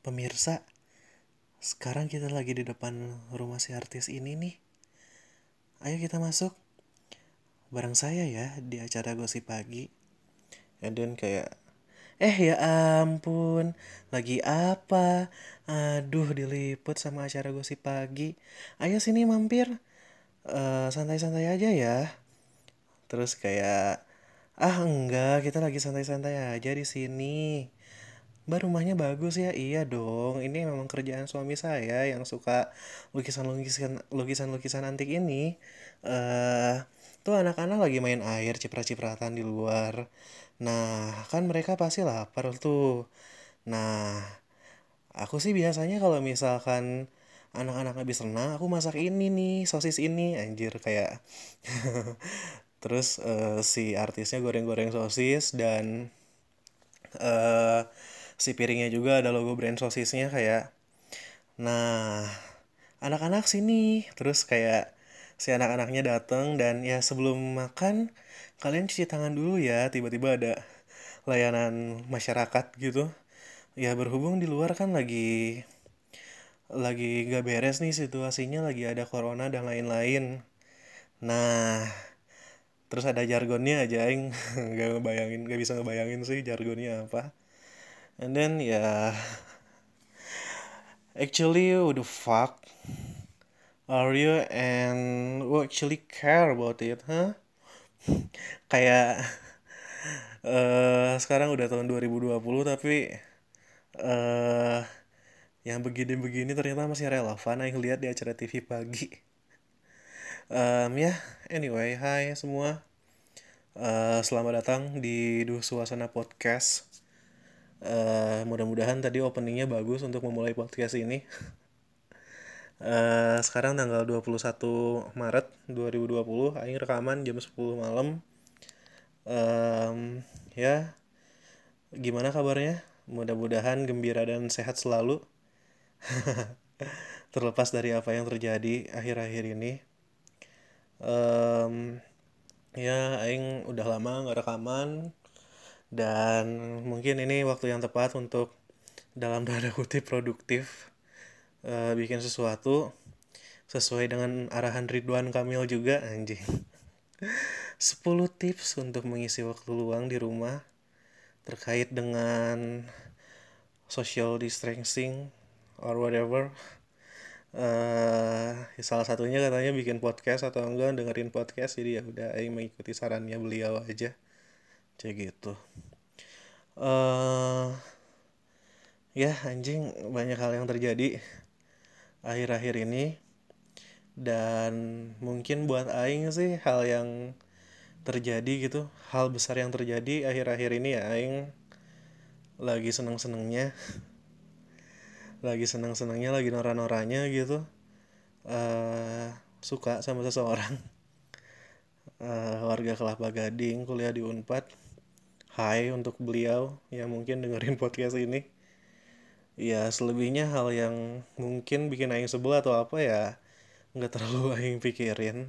Pemirsa, sekarang kita lagi di depan rumah si artis ini nih. Ayo kita masuk. Bareng saya ya di acara Gosip Pagi. And then kayak, ya ampun, lagi apa? Aduh, diliput sama acara Gosip Pagi. Ayo sini mampir. Santai-santai aja ya. Terus kayak, enggak, kita lagi santai-santai aja di sini. Mbak rumahnya bagus ya? Iya dong. Ini memang kerjaan suami saya yang suka lukisan-lukisan antik ini. Eh, tuh anak-anak lagi main air ciprat-cipratan di luar. Nah, kan mereka pasti lapar tuh. Nah, aku sih biasanya kalau misalkan anak-anak habis renang, aku masak ini nih, sosis ini, anjir kayak. Terus si artisnya goreng-goreng sosis dan eh si piringnya juga ada logo brand sosisnya kayak. Nah, anak-anak sini. Terus kayak si anak-anaknya datang dan ya sebelum makan kalian cuci tangan dulu ya. Tiba-tiba ada layanan masyarakat gitu. Ya berhubung di luar kan lagi gak beres nih situasinya, lagi ada corona dan lain-lain. Nah, terus ada jargonnya aja yang gak bisa ngebayangin sih jargonnya apa. And then ya, actually what the fuck are you and who actually care about it, huh? Kayak sekarang udah tahun 2020 tapi eh yang begini-begini ternyata masih relevan yang lihat di acara TV pagi. Ya, anyway, hai semua. Selamat datang di Suasana Podcast. Mudah-mudahan tadi openingnya bagus untuk memulai podcast ini. Sekarang tanggal 21 Maret 2020, aing rekaman jam 10 malam. Ya, gimana kabarnya? Mudah-mudahan gembira dan sehat selalu. Terlepas dari apa yang terjadi akhir-akhir ini. Em, ya, aing udah lama nggak rekaman dan mungkin ini waktu yang tepat untuk dalam tanda kutip produktif, bikin sesuatu sesuai dengan arahan Ridwan Kamil juga anjing. 10 tips untuk mengisi waktu luang di rumah terkait dengan social distancing or whatever. Salah satunya katanya bikin podcast atau enggak dengerin podcast, jadi ya udah aing mengikuti sarannya beliau aja kayak gitu. eh Ya anjing, banyak hal yang terjadi akhir-akhir ini dan mungkin buat aing sih hal yang terjadi gitu, hal besar yang terjadi akhir-akhir ini ya aing lagi seneng-senengnya, lagi nora-noranya gitu. Suka sama seseorang, warga Kelapa Gading, kuliah di Unpad. Hai untuk beliau yang mungkin dengerin podcast ini. Ya selebihnya hal yang mungkin bikin aing sebel atau apa ya nggak terlalu aing pikirin.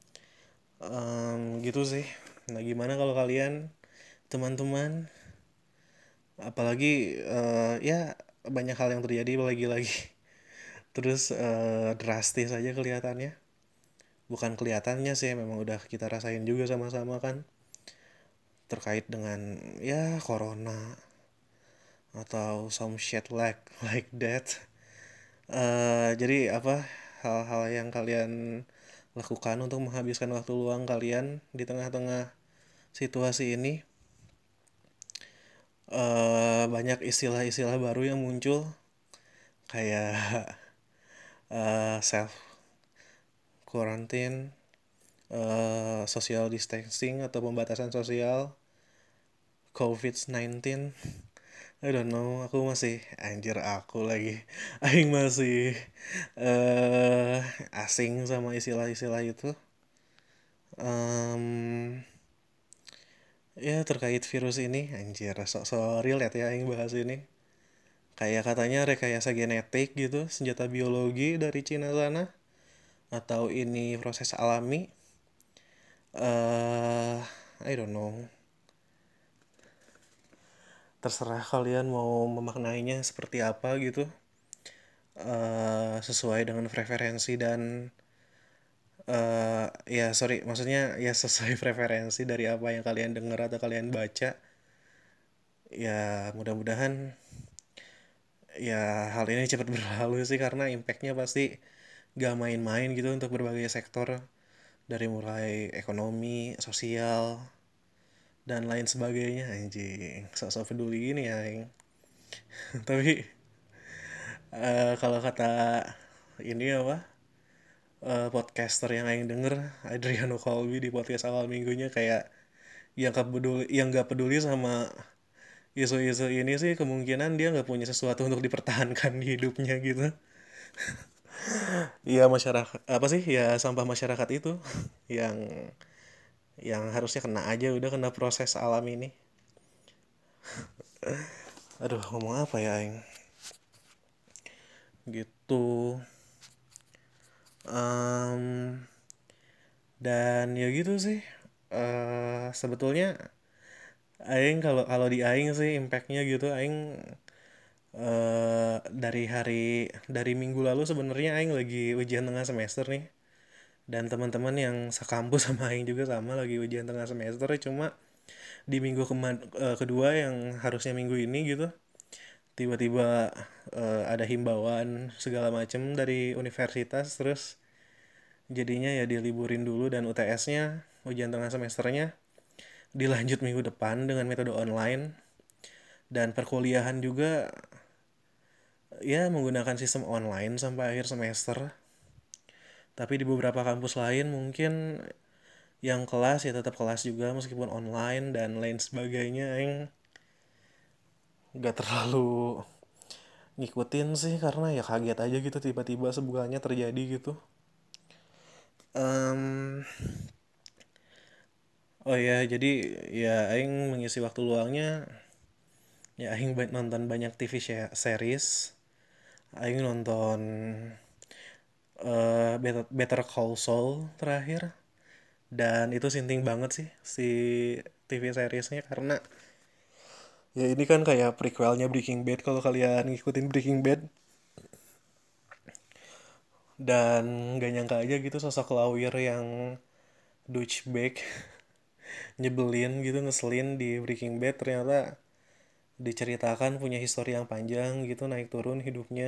Gitu sih. Nah gimana kalau kalian teman-teman, apalagi ya banyak hal yang terjadi lagi-lagi. Terus drastis aja kelihatannya. Bukan kelihatannya sih, memang udah kita rasain juga sama-sama kan, terkait dengan ya corona atau some shit like that. Jadi apa hal-hal yang kalian lakukan untuk menghabiskan waktu luang kalian di tengah-tengah situasi ini? Banyak istilah-istilah baru yang muncul kayak self quarantine, social distancing atau pembatasan sosial, COVID-19. I don't know, aku masih anjir aku lagi. Aing masih eh asing sama istilah-istilah itu. Em, ya terkait virus ini anjir sok-sok relate ya aing bahas ini. Kayak katanya rekayasa genetik gitu, senjata biologi dari Cina sana, atau ini proses alami. I don't know. terserah kalian mau memaknainya seperti apa gitu. Sesuai dengan preferensi dan ya sorry maksudnya ya sesuai preferensi dari apa yang kalian dengar atau kalian baca. Ya mudah-mudahan ya hal ini cepat berlalu sih, karena impactnya pasti gak main-main gitu untuk berbagai sektor, dari mulai ekonomi, sosial, dan lain sebagainya. Anjing, sok-sok peduli ini ya yang. Tapi kalau kata ini apa, podcaster yang aing denger, Adriano Colby, di podcast awal minggunya, kayak yang gak peduli sama isu-isu ini sih, kemungkinan dia nggak punya sesuatu untuk dipertahankan di hidupnya gitu. Iya, masyarakat apa sih ya, sampah masyarakat itu yang harusnya kena aja, udah kena proses alam ini. Aduh, ngomong apa ya aing gitu. Em, dan ya gitu sih. Sebetulnya aing, kalau kalau di aing sih impactnya gitu, aing dari minggu lalu sebenarnya aing lagi ujian tengah semester nih, dan teman-teman yang sekampus sama aing juga sama lagi ujian tengah semester. Cuma di minggu kedua yang harusnya minggu ini gitu, tiba-tiba ada himbauan segala macem dari universitas, terus jadinya ya diliburin dulu, dan UTS-nya, ujian tengah semesternya, dilanjut minggu depan dengan metode online, dan perkuliahan juga ya menggunakan sistem online sampai akhir semester. Tapi di beberapa kampus lain mungkin yang kelas ya tetap kelas juga meskipun online dan lain sebagainya. Yang nggak terlalu ngikutin sih, karena ya kaget aja gitu tiba-tiba sebulannya terjadi gitu. Em, oh ya, jadi ya aing mengisi waktu luangnya, ya aing nonton banyak TV series. Aing nonton Better Call Saul terakhir, dan itu sinting banget sih si TV seriesnya, karena ya ini kan kayak prequelnya Breaking Bad kalau kalian ngikutin Breaking Bad. Dan gak nyangka aja gitu sosok lawyer yang douchebag, nyebelin gitu, ngeselin di Breaking Bad, ternyata diceritakan punya histori yang panjang gitu, naik turun hidupnya.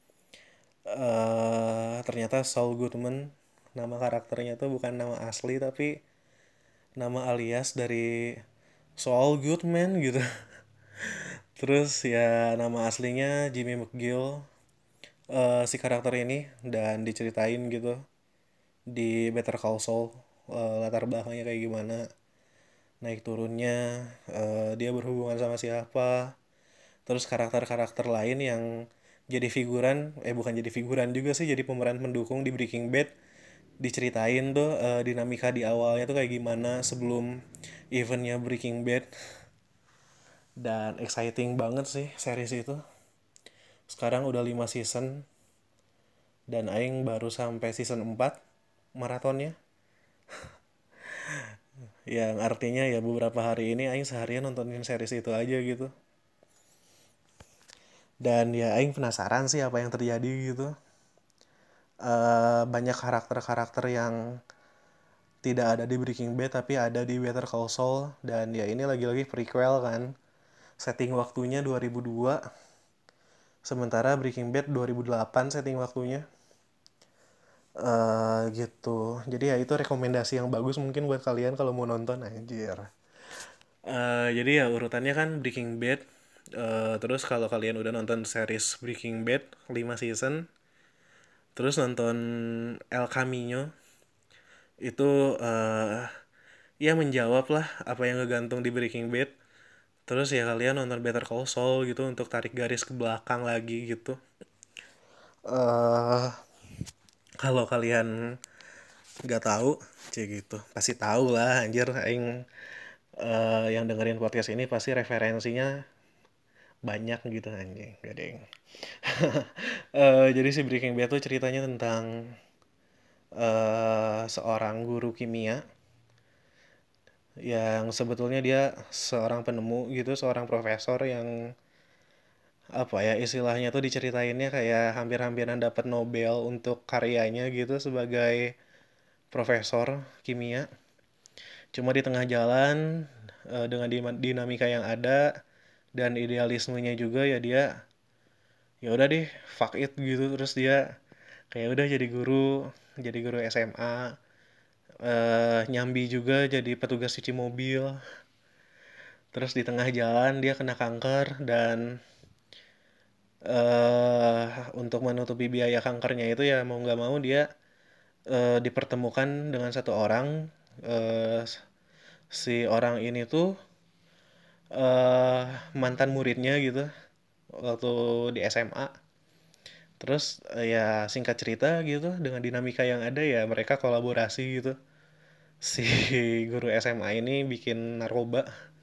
Ternyata Saul Goodman, nama karakternya tuh bukan nama asli tapi nama alias dari Saul Goodman gitu. Terus ya nama aslinya Jimmy McGill, si karakter ini, dan diceritain gitu di Better Call Saul, latar belakangnya kayak gimana, naik turunnya, dia berhubungan sama siapa, terus karakter-karakter lain yang jadi figuran, bukan jadi figuran juga sih, jadi pemeran pendukung di Breaking Bad, diceritain tuh dinamika di awalnya tuh kayak gimana sebelum eventnya Breaking Bad. Dan exciting banget sih series itu. Sekarang udah 5 season, dan aing baru sampai season 4 maratonnya, yang artinya ya beberapa hari ini aing seharian nontonin series itu aja gitu. Dan ya aing penasaran sih apa yang terjadi gitu. Banyak karakter-karakter yang tidak ada di Breaking Bad tapi ada di Better Call Saul, dan ya ini lagi-lagi prequel kan. Setting waktunya 2002, sementara Breaking Bad 2008 setting waktunya. Gitu. Jadi ya itu rekomendasi yang bagus mungkin buat kalian kalau mau nonton, anjir. Jadi ya urutannya kan Breaking Bad. Terus kalau kalian udah nonton series Breaking Bad 5 season, terus nonton El Camino, itu ya menjawab lah apa yang ngegantung di Breaking Bad. Terus ya kalian nonton Better Call Saul gitu untuk tarik garis ke belakang lagi gitu. eh Kalau kalian nggak tahu, cie gitu, pasti tahu lah anjir. Aing yang dengerin podcast ini pasti referensinya banyak gitu anjing, gak deng. Jadi si Breaking Bad tuh ceritanya tentang seorang guru kimia yang sebetulnya dia seorang penemu gitu, seorang profesor yang apa ya istilahnya tuh diceritainnya kayak hampir-hampiran dapat Nobel untuk karyanya gitu sebagai profesor kimia. Cuma di tengah jalan dengan dinamika yang ada dan idealismenya juga ya dia ya udah deh fuck it gitu, terus dia kayak udah jadi guru SMA, nyambi juga jadi petugas cuci mobil. Terus di tengah jalan dia kena kanker dan eh untuk menutupi biaya kankernya itu ya mau nggak mau dia dipertemukan dengan satu orang. eh si orang ini tuh mantan muridnya gitu waktu di SMA. Terus ya singkat cerita gitu dengan dinamika yang ada ya mereka kolaborasi gitu. Si guru SMA ini bikin narkoba,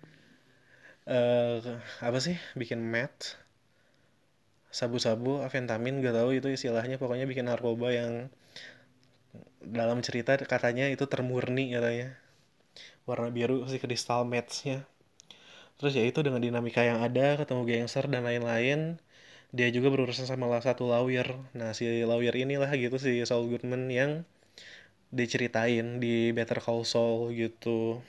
apa sih? Bikin meth, sabu-sabu, aventamin gak tahu itu istilahnya, pokoknya bikin narkoba yang dalam cerita katanya itu termurni katanya. Warna biru si kristal methnya. Terus ya itu dengan dinamika yang ada, ketemu gangster dan lain-lain, dia juga berurusan sama salah satu lawyer. Nah, si lawyer inilah gitu si Saul Goodman yang diceritain di Better Call Saul gitu.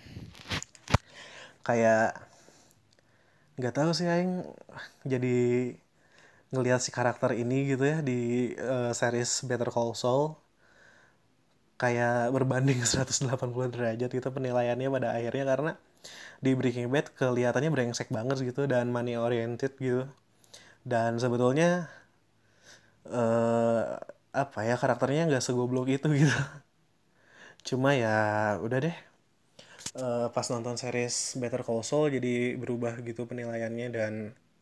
Kayak nggak tahu sih aing jadi ngelihat si karakter ini gitu ya di series Better Call Saul kayak berbanding 180 derajat gitu penilaiannya pada akhirnya karena di Breaking Bad kelihatannya brengsek banget gitu dan money oriented gitu. Dan sebetulnya eh apa ya karakternya nggak segoblok itu gitu. Cuma ya udah deh, pas nonton series Better Call Saul jadi berubah gitu penilaiannya. Dan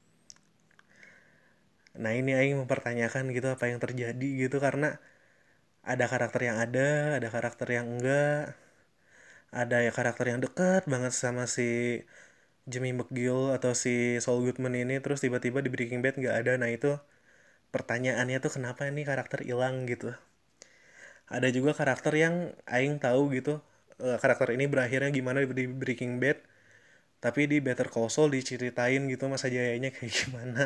nah ini Aing mempertanyakan gitu apa yang terjadi gitu karena ada karakter yang ada karakter yang enggak, ada ya karakter yang dekat banget sama si Jimmy McGill atau si Saul Goodman ini terus tiba-tiba di Breaking Bad nggak ada. Nah itu pertanyaannya tuh kenapa ini karakter hilang gitu. Ada juga karakter yang Aing tahu gitu, karakter ini berakhirnya gimana di Breaking Bad, tapi di Better Call Saul diceritain gitu masa jayanya kayak gimana.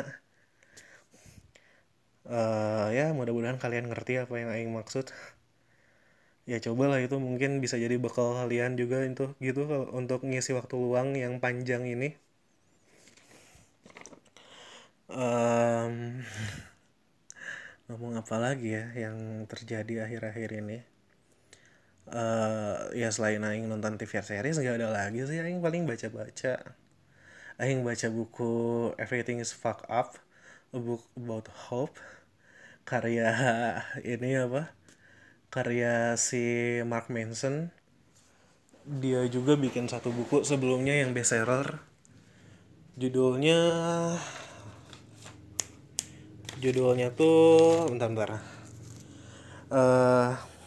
Ya mudah-mudahan kalian ngerti apa yang Aing maksud. Ya cobalah itu mungkin bisa jadi bekal kalian juga itu gitu untuk ngisi waktu luang yang panjang ini. Em, Ngomong apa lagi ya yang terjadi akhir-akhir ini. Ya selain Aing nonton TV series gak ada lagi sih. Aing paling baca-baca. Aing baca buku Everything is Fucked Up, a book about hope, karya ini apa, karya si Mark Manson. Dia juga bikin satu buku sebelumnya yang bestseller, judulnya judulnya tuh bentar-bentar, eh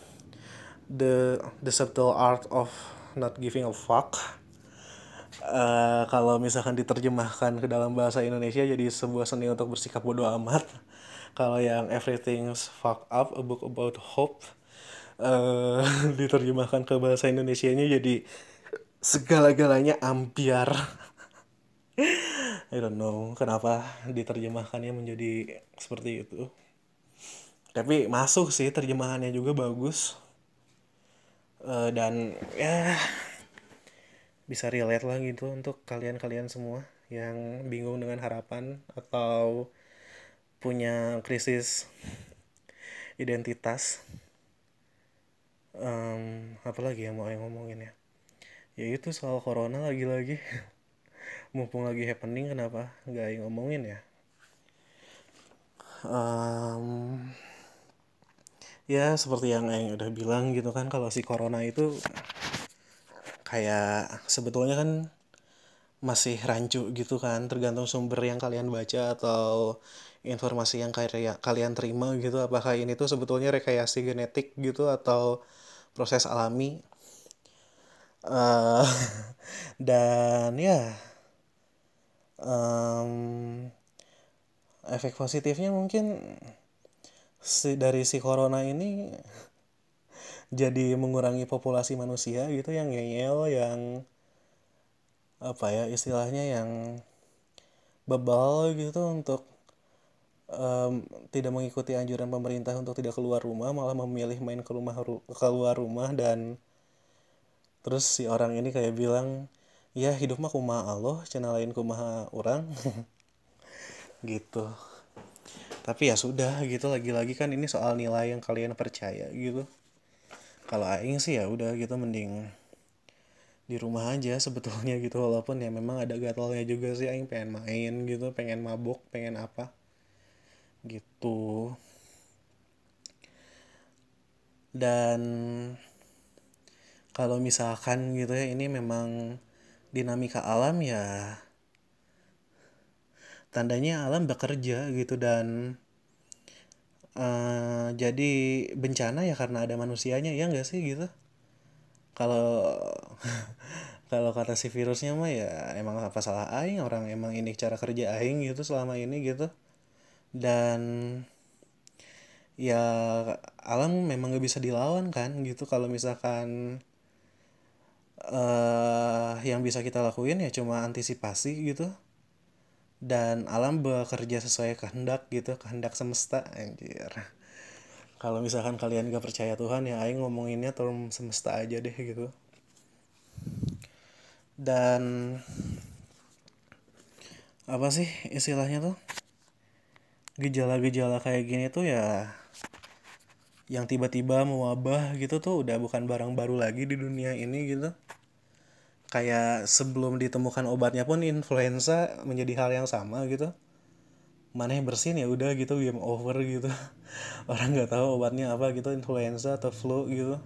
the Subtle Art of Not Giving a Fuck. Kalau misalkan diterjemahkan ke dalam bahasa Indonesia jadi sebuah seni untuk bersikap bodoh amat. Kalau yang Everything's Fucked Up, a book about hope, eh diterjemahkan ke bahasa Indonesianya jadi segala-galanya ambiar. I don't know kenapa diterjemahkannya menjadi seperti itu. Tapi masuk sih terjemahannya juga bagus. Dan ya bisa relate lah gitu untuk kalian-kalian semua yang bingung dengan harapan atau punya krisis identitas. Apa lagi yang mau yang ngomongin ya? Ya itu soal corona lagi-lagi. Mumpung lagi happening kenapa nggak yang ngomongin ya? Em, Ya seperti yang Aing udah bilang gitu kan kalau si corona itu kayak sebetulnya kan masih rancu gitu kan tergantung sumber yang kalian baca atau informasi yang kayak kalian terima gitu apakah ini tuh sebetulnya rekayasa genetik gitu atau proses alami. eh dan ya em, efek positifnya mungkin dari si corona ini jadi mengurangi populasi manusia gitu yang ngeyel yang apa ya istilahnya yang bebal gitu untuk tidak mengikuti anjuran pemerintah untuk tidak keluar rumah, malah memilih main keluar rumah. Dan terus si orang ini kayak bilang, ya hidup mah kumaha Allah cenah lain kumaha orang. Gitu. Tapi ya sudah gitu, lagi-lagi kan ini soal nilai yang kalian percaya gitu. Kalau aing sih ya udah gitu, mending di rumah aja sebetulnya gitu, walaupun ya memang ada gatalnya juga sih, aing pengen main gitu, pengen mabok, pengen apa gitu. Dan kalau misalkan gitu ya, ini memang dinamika alam ya, tandanya alam bekerja gitu. Dan jadi bencana ya karena ada manusianya, ya nggak sih gitu. Kalau kalau kata si virusnya mah ya emang apa salah aing, orang emang ini cara kerja aing gitu selama ini gitu. Dan ya alam memang gak bisa dilawan kan gitu. Kalau misalkan yang bisa kita lakuin ya cuma antisipasi gitu. Dan alam bekerja sesuai kehendak gitu, kehendak semesta anjir. Kalau misalkan kalian gak percaya Tuhan ya aing ngomonginnya term semesta aja deh gitu. Dan apa sih istilahnya tuh, gejala-gejala kayak gini tuh ya yang tiba-tiba mewabah gitu tuh udah bukan barang baru lagi di dunia ini gitu. Kayak sebelum ditemukan obatnya pun influenza menjadi hal yang sama gitu. Maneh bersin ya udah gitu, game over gitu. Orang nggak tahu obatnya apa gitu, influenza atau flu gitu,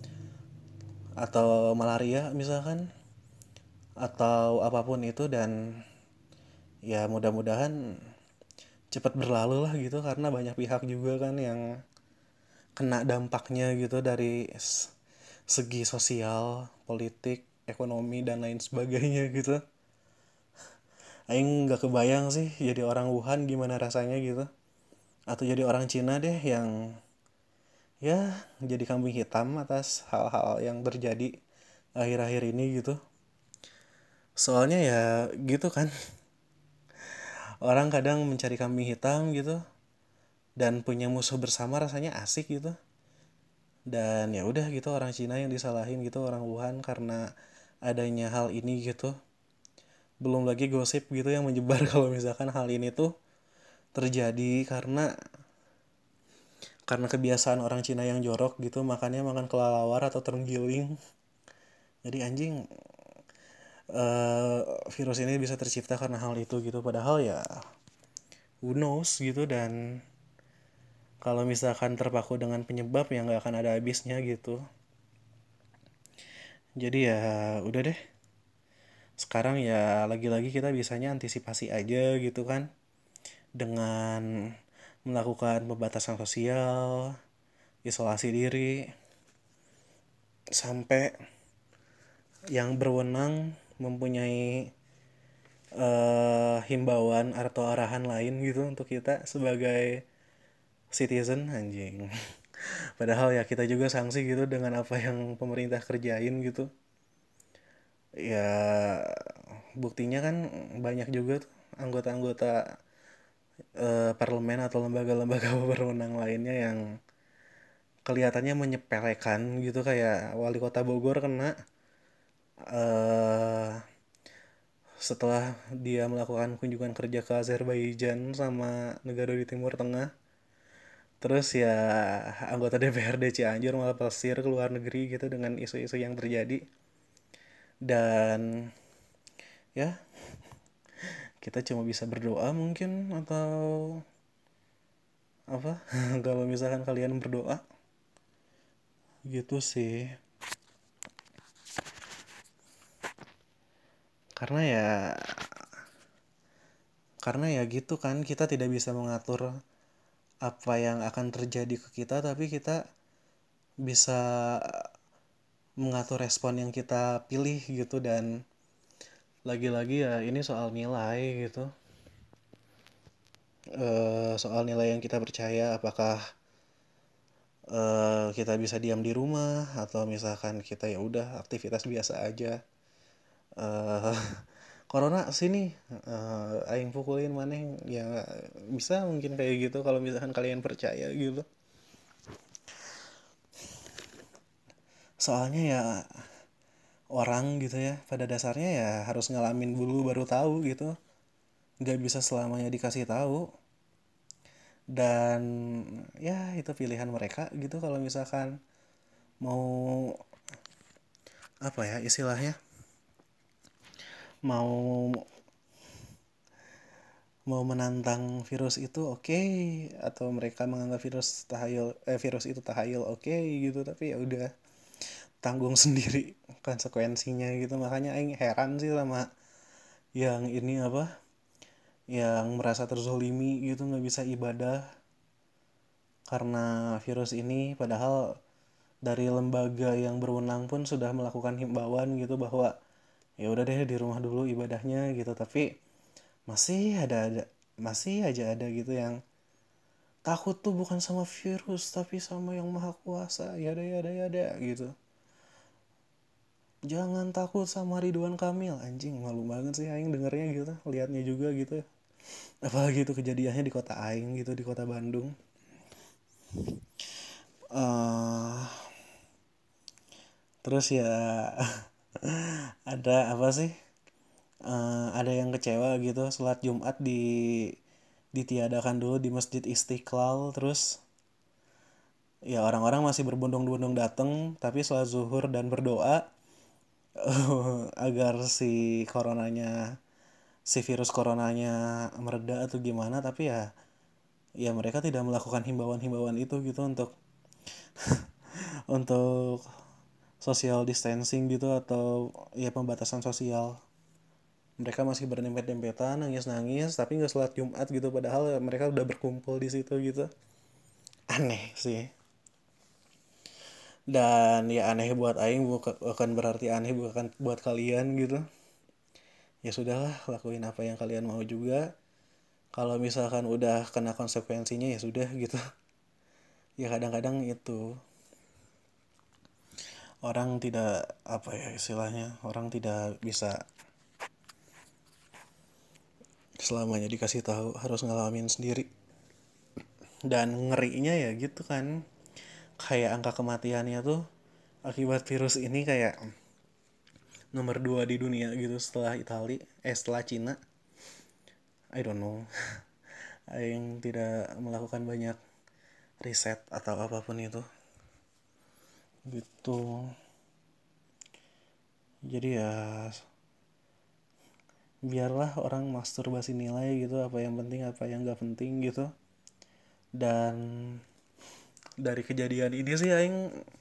atau malaria misalkan, atau apapun itu. Dan ya mudah-mudahan cepat berlalu lah gitu, karena banyak pihak juga kan yang kena dampaknya gitu, dari segi sosial, politik, ekonomi dan lain sebagainya gitu. Aing nggak kebayang sih jadi orang Wuhan gimana rasanya gitu, atau jadi orang Cina deh yang ya jadi kambing hitam atas hal-hal yang terjadi akhir-akhir ini gitu. Soalnya ya gitu kan, orang kadang mencari kambing hitam gitu, dan punya musuh bersama rasanya asik gitu. Dan ya udah gitu, orang Cina yang disalahin gitu, orang Wuhan, karena adanya hal ini gitu. Belum lagi gosip gitu yang menyebar kalau misalkan hal ini tuh terjadi karena kebiasaan orang Cina yang jorok gitu, makannya makan kelelawar atau terenggiling. Jadi anjing, eh virus ini bisa tercipta karena hal itu gitu, padahal ya who knows gitu. Dan kalau misalkan terpaku dengan penyebab ya nggak akan ada habisnya gitu. Jadi ya udah deh, sekarang ya lagi-lagi kita bisanya antisipasi aja gitu kan, dengan melakukan pembatasan sosial, isolasi diri, sampai yang berwenang mempunyai himbauan atau arahan lain gitu untuk kita sebagai citizen anjing. Padahal ya kita juga sanksi gitu dengan apa yang pemerintah kerjain gitu. Ya buktinya kan banyak juga tuh anggota-anggota parlemen atau lembaga-lembaga berwenang lainnya yang kelihatannya menyepelekan gitu. Kayak wali kota Bogor kena eh setelah dia melakukan kunjungan kerja ke Azerbaijan sama negara di Timur Tengah. Terus ya anggota DPRD Cianjur malah pelesir ke luar negeri gitu dengan isu-isu yang terjadi. Dan ya kita cuma bisa berdoa mungkin, atau apa kalau misalkan kalian berdoa gitu sih. Karena ya gitu kan, kita tidak bisa mengatur apa yang akan terjadi ke kita, tapi kita bisa mengatur respon yang kita pilih gitu. Dan lagi-lagi ya ini soal nilai gitu. Soal nilai yang kita percaya, apakah kita bisa diam di rumah, atau misalkan kita ya udah aktivitas biasa aja, eh corona sini, aing pukulin maneh ya, bisa mungkin kayak gitu kalau misalkan kalian percaya gitu. Soalnya ya orang gitu ya pada dasarnya ya harus ngalamin dulu baru tahu gitu, nggak bisa selamanya dikasih tahu. Dan ya itu pilihan mereka gitu kalau misalkan mau apa ya istilahnya, mau mau menantang virus itu oke, atau mereka menganggap virus itu tahayul oke gitu, tapi ya udah tanggung sendiri konsekuensinya gitu. Makanya aing heran sih sama yang ini apa, yang merasa terzolimi gitu nggak bisa ibadah karena virus ini, padahal dari lembaga yang berwenang pun sudah melakukan himbauan gitu bahwa ya udah deh di rumah dulu ibadahnya gitu, tapi masih ada masih aja ada gitu yang takut tuh bukan sama virus tapi sama yang maha kuasa, ya ada ya ada ya ada gitu. Jangan takut sama Ridwan Kamil, anjing malu banget sih aing dengernya gitu, liatnya juga gitu. Apalagi itu kejadiannya di kota aing gitu, di kota Bandung. eh Terus ya ada apa sih? Ada yang kecewa gitu, sholat Jumat ditiadakan dulu di Masjid Istiqlal, terus ya orang-orang masih berbondong-bondong datang, tapi sholat zuhur dan berdoa agar si virus coronanya mereda atau gimana, tapi ya mereka tidak melakukan himbauan-himbauan itu gitu untuk social distancing gitu, atau ya pembatasan sosial. Mereka masih berdempet-dempetan nangis-nangis tapi nggak sholat Jumat gitu, padahal mereka udah berkumpul di situ gitu. Aneh sih. Dan ya aneh buat aing bukan berarti aneh bukan buat kalian gitu. Ya sudahlah, lakuin apa yang kalian mau juga. Kalau misalkan udah kena konsekuensinya ya sudah gitu. Ya kadang-kadang itu orang tidak apa ya istilahnya, orang tidak bisa selamanya dikasih tahu, harus ngalamin sendiri. Dan ngerinya ya gitu kan, kayak angka kematiannya tuh akibat virus ini kayak nomor 2 di dunia gitu, setelah Cina. I don't know. Yang tidak melakukan banyak riset atau apapun itu gitu. Jadi ya biarlah orang masturbasi nilai gitu, apa yang penting apa yang gak penting gitu. Dan dari kejadian ini sih aing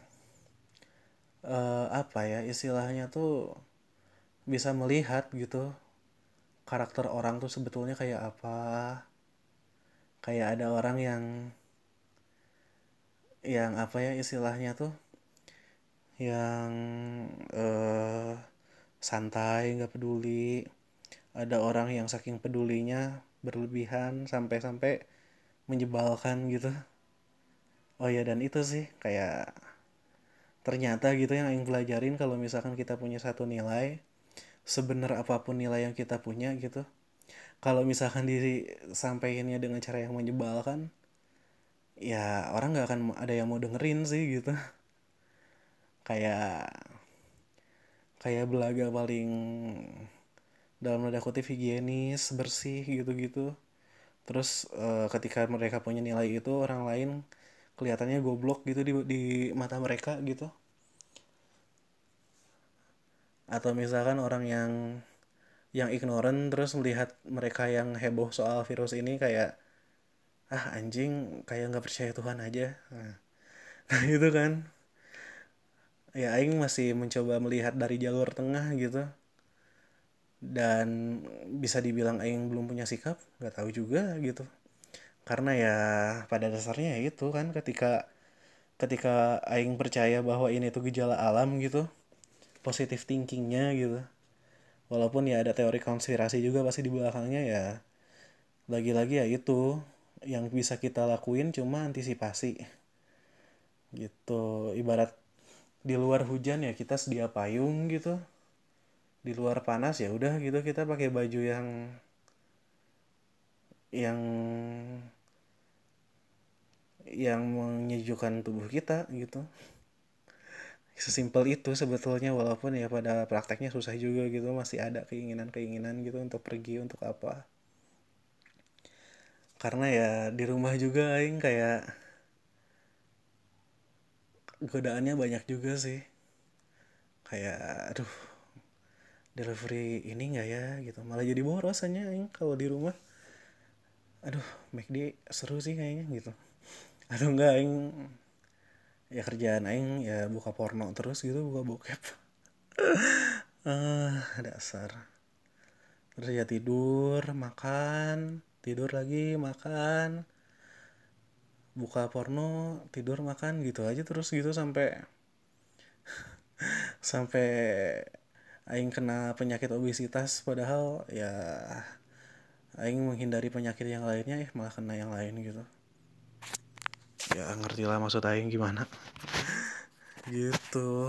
apa ya istilahnya tuh bisa melihat gitu karakter orang tuh sebetulnya kayak apa. Kayak ada orang yang apa ya istilahnya tuh, yang eh santai nggak peduli. Ada orang yang saking pedulinya berlebihan sampai-sampai menyebalkan gitu. Oh ya, dan itu sih kayak ternyata gitu yang aing pelajarin, kalau misalkan kita punya satu nilai, sebenar apapun nilai yang kita punya gitu, kalau misalkan disampaikannya dengan cara yang menyebalkan, ya orang nggak akan ada yang mau dengerin sih gitu. Kayak kayak belaga paling dalam tanda kutip higienis bersih gitu-gitu. Terus ketika mereka punya nilai itu, orang lain kelihatannya goblok gitu di mata mereka gitu. Atau misalkan orang yang ignorant terus melihat mereka yang heboh soal virus ini kayak, ah anjing, kayak nggak percaya Tuhan aja. Nah itu kan, ya aing masih mencoba melihat dari jalur tengah gitu. Dan bisa dibilang aing belum punya sikap, nggak tahu juga gitu. Karena ya pada dasarnya ya itu kan, ketika ketika aing percaya bahwa ini tuh gejala alam gitu, positive thinkingnya gitu, walaupun ya ada teori konspirasi juga pasti di belakangnya, ya lagi-lagi ya itu yang bisa kita lakuin cuma antisipasi gitu. Ibarat di luar hujan ya kita sedia payung gitu, di luar panas ya udah gitu kita pakai baju yang yang menyejukkan tubuh kita gitu. Sesimpel itu sebetulnya, walaupun ya pada prakteknya susah juga gitu, masih ada keinginan-keinginan gitu untuk pergi untuk apa. Karena ya di rumah juga aing kayak godaannya banyak juga sih. Kayak aduh, delivery ini nggak ya gitu. Malah jadi boros aja aing kalau di rumah. Aduh, McD seru sih kayaknya gitu. Aduh enggak aing ya kerjaan aing ya buka porno terus gitu, buka bokep. Dasar. Terus ya tidur, makan, tidur lagi, makan, buka porno, tidur, makan gitu aja terus gitu sampai sampai aing kena penyakit obesitas, padahal ya aing menghindari penyakit yang lainnya ya malah kena yang lain gitu. Ya ngerti lah maksud aing gimana. Gitu.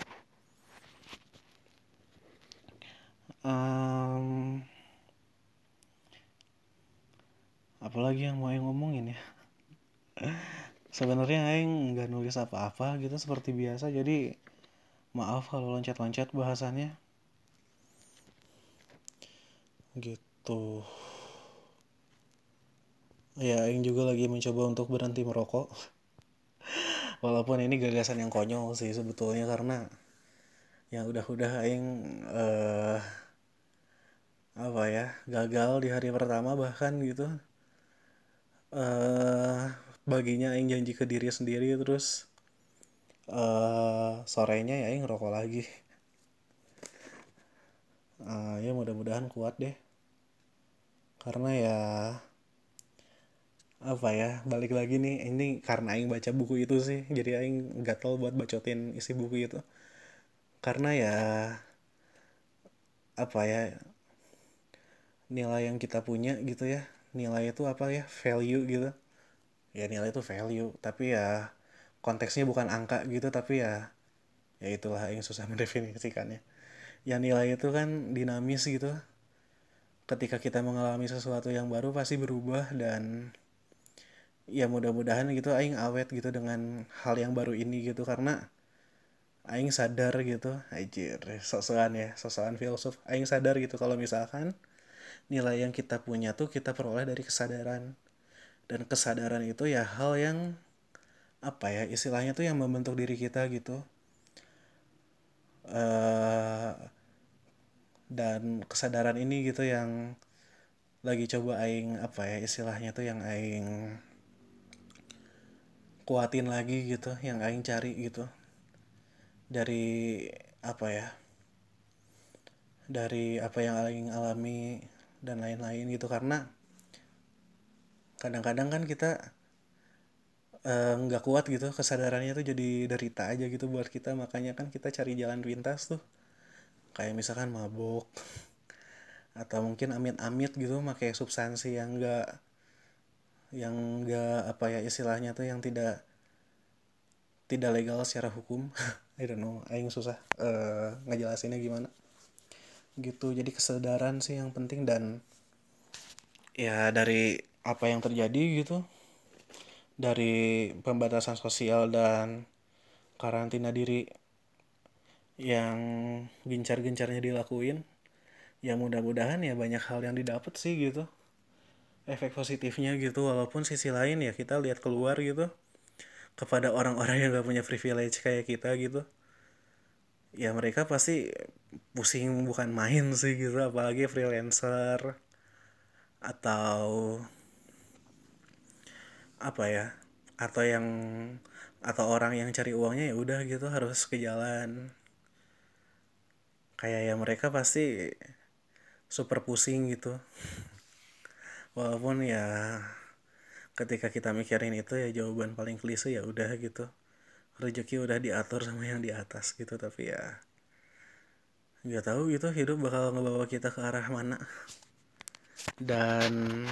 Em, Apalagi yang mau aing ngomongin ya. Sebenarnya aing nggak nulis apa-apa gitu seperti biasa, jadi maaf kalau loncat-loncat bahasannya. Gitu. Ya aing juga lagi mencoba untuk berhenti merokok. Walaupun ini gagasan yang konyol sih sebetulnya, karena yang udah aing eh apa ya, gagal di hari pertama bahkan gitu. eh Baginya aing janji ke diri sendiri, terus sorenya ya aing ngerokok lagi. Ya mudah-mudahan kuat deh, karena ya apa ya, balik lagi nih, ini karena aing baca buku itu sih jadi aing gatel buat bacotin isi buku itu. Karena ya apa ya, nilai yang kita punya gitu ya, nilai itu apa ya, value gitu. Ya nilai itu value, tapi ya konteksnya bukan angka gitu, tapi ya itulah yang susah mendefinisikannya. Ya nilai itu kan dinamis gitu, ketika kita mengalami sesuatu yang baru pasti berubah, dan ya mudah-mudahan gitu aing awet gitu dengan hal yang baru ini gitu, karena aing sadar gitu, anjir sosokan ya, sosokan filsuf. Aing sadar gitu kalau misalkan nilai yang kita punya tuh kita peroleh dari kesadaran, dan kesadaran itu ya hal yang apa ya istilahnya tuh yang membentuk diri kita gitu. eh dan kesadaran ini gitu yang lagi coba aing apa ya istilahnya tuh yang aing kuatin lagi gitu, yang aing cari gitu dari apa ya, dari apa yang aing alami dan lain-lain gitu. Karena kadang-kadang kan kita nggak kuat gitu, kesadarannya tuh jadi derita aja gitu buat kita, makanya kan kita cari jalan pintas tuh, kayak misalkan mabok atau mungkin amit-amit gitu pakai substansi yang enggak apa ya istilahnya tuh yang tidak tidak legal secara hukum. I don't know, aing susah ngejelasinnya gimana gitu. Jadi kesadaran sih yang penting, dan ya dari apa yang terjadi gitu, dari pembatasan sosial dan karantina diri yang gencar-gencarnya dilakuin, ya mudah-mudahan ya banyak hal yang didapat sih gitu, efek positifnya gitu. Walaupun sisi lain ya kita lihat keluar gitu, kepada orang-orang yang gak punya privilege kayak kita gitu, ya mereka pasti pusing bukan main sih gitu, apalagi freelancer atau apa ya, atau yang atau orang yang cari uangnya ya udah gitu harus ke jalan. Kayak ya mereka pasti super pusing gitu. Walaupun ya ketika kita mikirin itu ya jawaban paling klise ya udah gitu, rezeki udah diatur sama yang di atas gitu. Tapi ya nggak tahu gitu hidup bakal ngebawa kita ke arah mana. Dan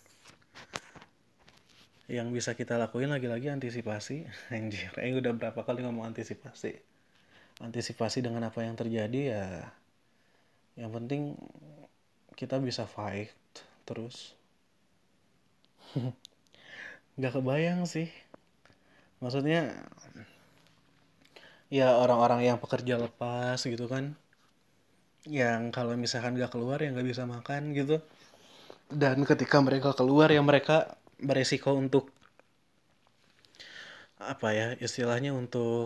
yang bisa kita lakuin lagi-lagi antisipasi. Anjir, udah berapa kali ngomong antisipasi. Antisipasi dengan apa yang terjadi ya, Yang penting kita bisa fight terus. Nggak kebayang sih. Maksudnya ya orang-orang yang pekerja lepas gitu kan. Yang kalau misalkan nggak keluar ya nggak bisa makan gitu. Dan ketika mereka keluar ya mereka beresiko untuk apa ya istilahnya untuk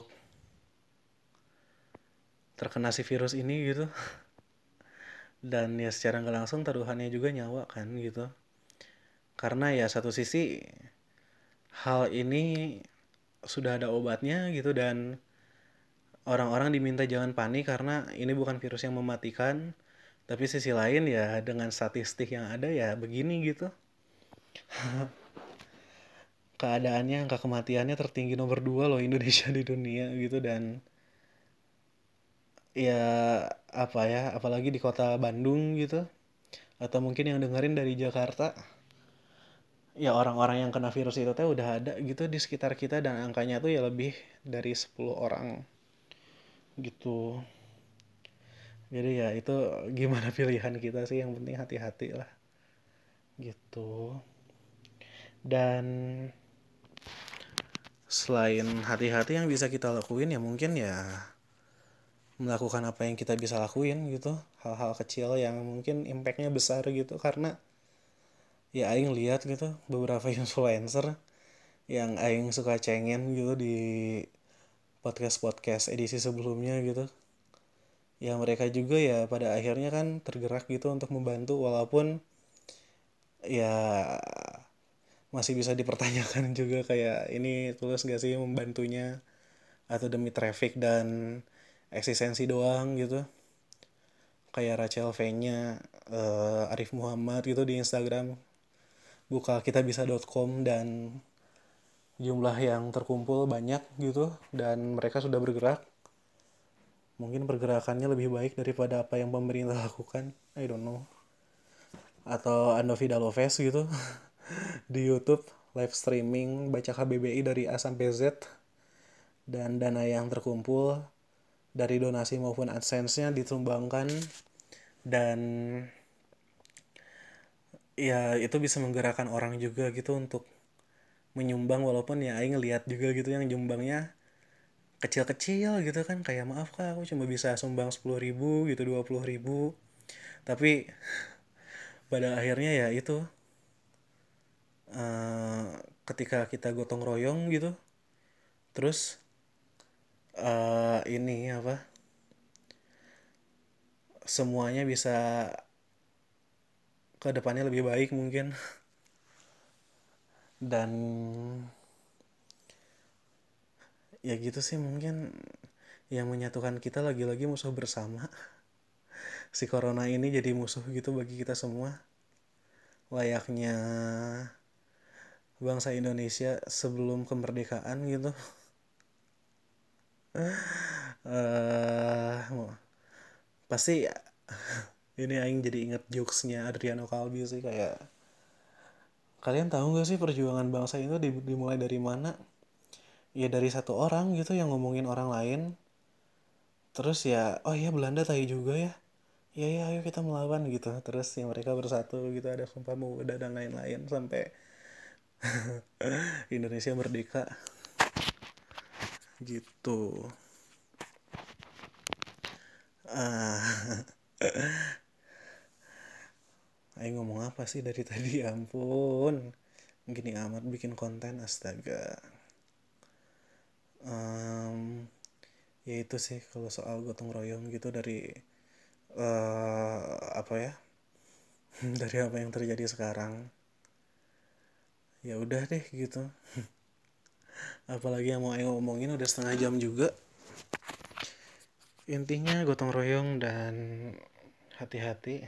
terkena si virus ini gitu. Dan ya secara nggak langsung taruhannya juga nyawa kan gitu. Karena ya satu sisi hal ini sudah ada obatnya gitu dan orang-orang diminta jangan panik karena ini bukan virus yang mematikan. Tapi sisi lain ya dengan statistik yang ada ya begini gitu. Keadaannya angka kematiannya tertinggi nomor 2 loh Indonesia di dunia gitu dan ya apa ya apalagi di kota Bandung gitu atau mungkin yang dengerin dari Jakarta ya orang-orang yang kena virus itu teh udah ada gitu di sekitar kita dan angkanya tuh ya lebih dari 10 orang gitu. Jadi ya itu gimana pilihan kita sih yang penting hati-hati lah gitu. Dan selain hati-hati yang bisa kita lakuin ya mungkin ya melakukan apa yang kita bisa lakuin gitu. Hal-hal kecil yang mungkin impactnya besar gitu karena ya aing lihat gitu beberapa influencer yang aing suka cengin gitu di podcast-podcast edisi sebelumnya gitu. Ya mereka juga ya pada akhirnya kan tergerak gitu untuk membantu walaupun ya masih bisa dipertanyakan juga kayak ini tulus gak sih membantunya atau demi traffic dan eksistensi doang gitu. Kayak Rachel V-nya Arif Muhammad gitu di Instagram buka kitabisa.com dan jumlah yang terkumpul banyak gitu dan mereka sudah bergerak. Mungkin pergerakannya lebih baik daripada apa yang pemerintah lakukan. I don't know. Atau Andovi Daloves gitu di YouTube live streaming baca KBBI dari A sampai Z dan dana yang terkumpul dari donasi maupun AdSense-nya ditumbangkan dan ya itu bisa menggerakkan orang juga gitu untuk menyumbang walaupun ya aing ngeliat juga gitu yang nyumbangnya kecil-kecil gitu kan kayak maaf kak aku cuma bisa sumbang 10.000 gitu 20.000 tapi pada akhirnya ya itu eh, ketika kita gotong royong gitu terus ini apa semuanya bisa ke depannya lebih baik mungkin dan ya gitu sih mungkin yang menyatukan kita lagi-lagi musuh bersama si corona ini jadi musuh gitu bagi kita semua layaknya bangsa Indonesia sebelum kemerdekaan gitu. eh pasti ini aing jadi inget jokesnya Adriano Kalbi sih kayak kalian tahu nggak sih perjuangan bangsa itu dimulai dari mana? Ya dari satu orang gitu yang ngomongin orang lain. Terus ya, oh iya Belanda tai juga ya. Ya ya ayo kita melawan gitu. Terus yang mereka bersatu gitu ada Sumpah Pemuda dan lain-lain sampai Indonesia merdeka gitu. Ah, ayo ngomong apa sih dari tadi ya ampun. Gini amat bikin konten astaga. Um, ya itu sih kalau soal gotong royong gitu dari apa ya dari apa yang terjadi sekarang ya udah deh gitu apalagi yang mau ayo ngomongin udah setengah jam juga intinya gotong royong dan hati-hati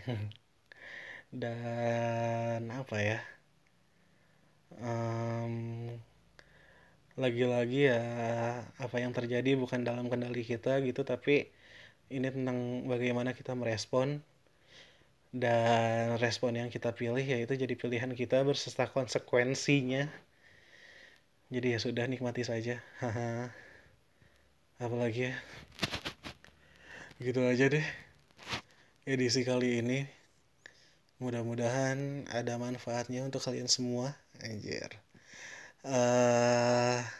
dan apa ya Em, lagi-lagi ya apa yang terjadi bukan dalam kendali kita gitu tapi ini tentang bagaimana kita merespon dan respon yang kita pilih yaitu jadi pilihan kita berserta konsekuensinya jadi ya sudah nikmati saja haha apalagi ya gitu aja deh edisi kali ini. Mudah-mudahan ada manfaatnya untuk kalian semua. Anjir. eh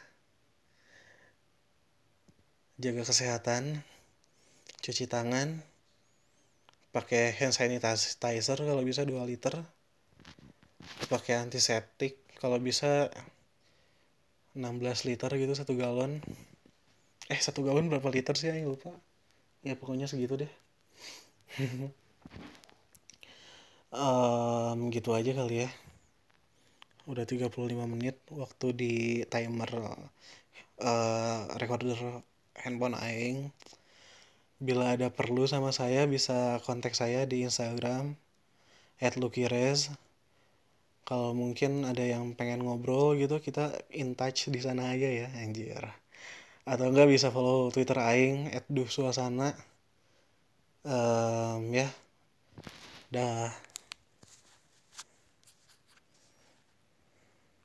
Jaga kesehatan, cuci tangan, pakai hand sanitizer kalau bisa 2 liter, pakai antiseptik kalau bisa 16 liter gitu 1 galon. 1 galon berapa liter sih, ayo lupa. Ya pokoknya segitu deh. Gitu aja kali ya. Udah 35 menit waktu di timer recorder handphone aing. Bila ada perlu sama saya bisa kontak saya di Instagram @lukires. Kalau mungkin ada yang pengen ngobrol gitu, kita in touch di sana aja ya, anjir. Atau enggak bisa follow Twitter aing @duhsuasana. Ya, dah.